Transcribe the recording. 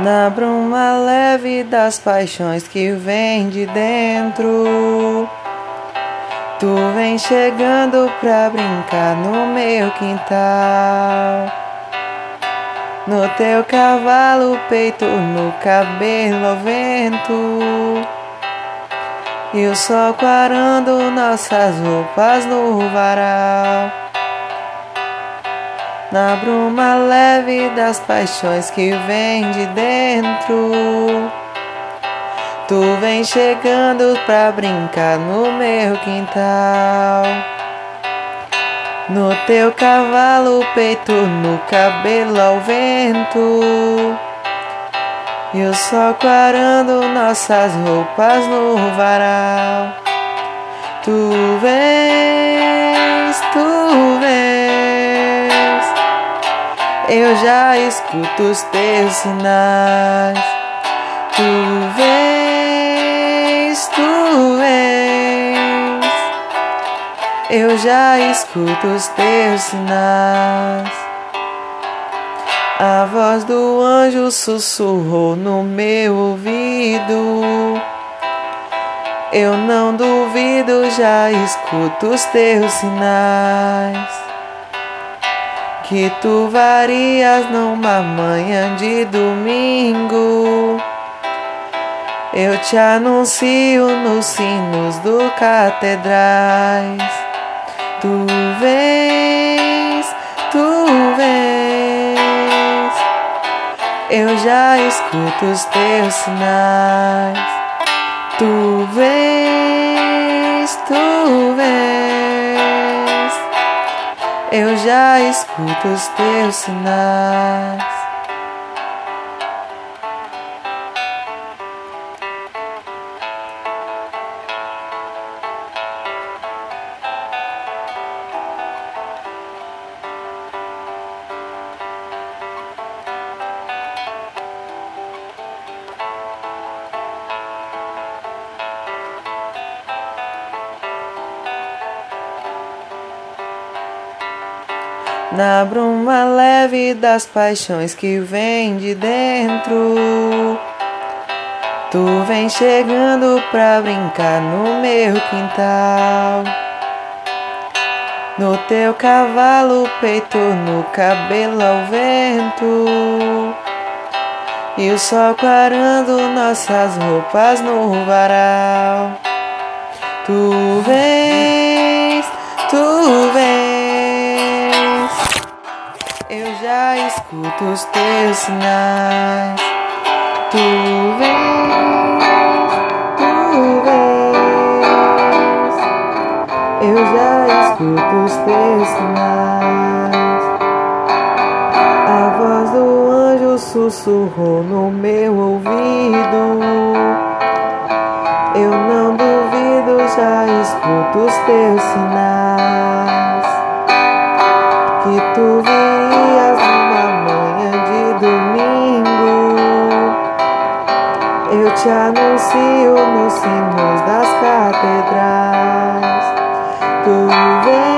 Na bruma leve das paixões que vem de dentro, tu vem chegando pra brincar no meu quintal. No teu cavalo, peito, no cabelo ao vento, e o sol clarando nossas roupas no varal. Na bruma leve das paixões que vem de dentro, tu vem chegando pra brincar no meu quintal. No teu cavalo, peito, no cabelo ao vento, e o sol clarando nossas roupas no varal. Tu vens, eu já escuto os teus sinais. Tu vens, eu já escuto os teus sinais. A voz do anjo sussurrou no meu ouvido. Eu não duvido, já escuto os teus sinais. Que tu varias numa manhã de domingo. Eu te anuncio nos sinos do catedrais. Tu vens, eu já escuto os teus sinais. Tu vens, eu já escuto os teus sinais. Na bruma leve das paixões que vem de dentro, tu vem chegando pra brincar no meu quintal. No teu cavalo, peito, no cabelo ao vento, e o sol clarando nossas roupas no varal. Tu vens, eu já escuto os teus sinais. Tu vens, eu já escuto os teus sinais. A voz do anjo sussurrou no meu ouvido. Eu não duvido, já escuto os teus sinais. Que tu vias numa manhã de domingo. Eu te anuncio nos sinos das catedrais. Tu vens.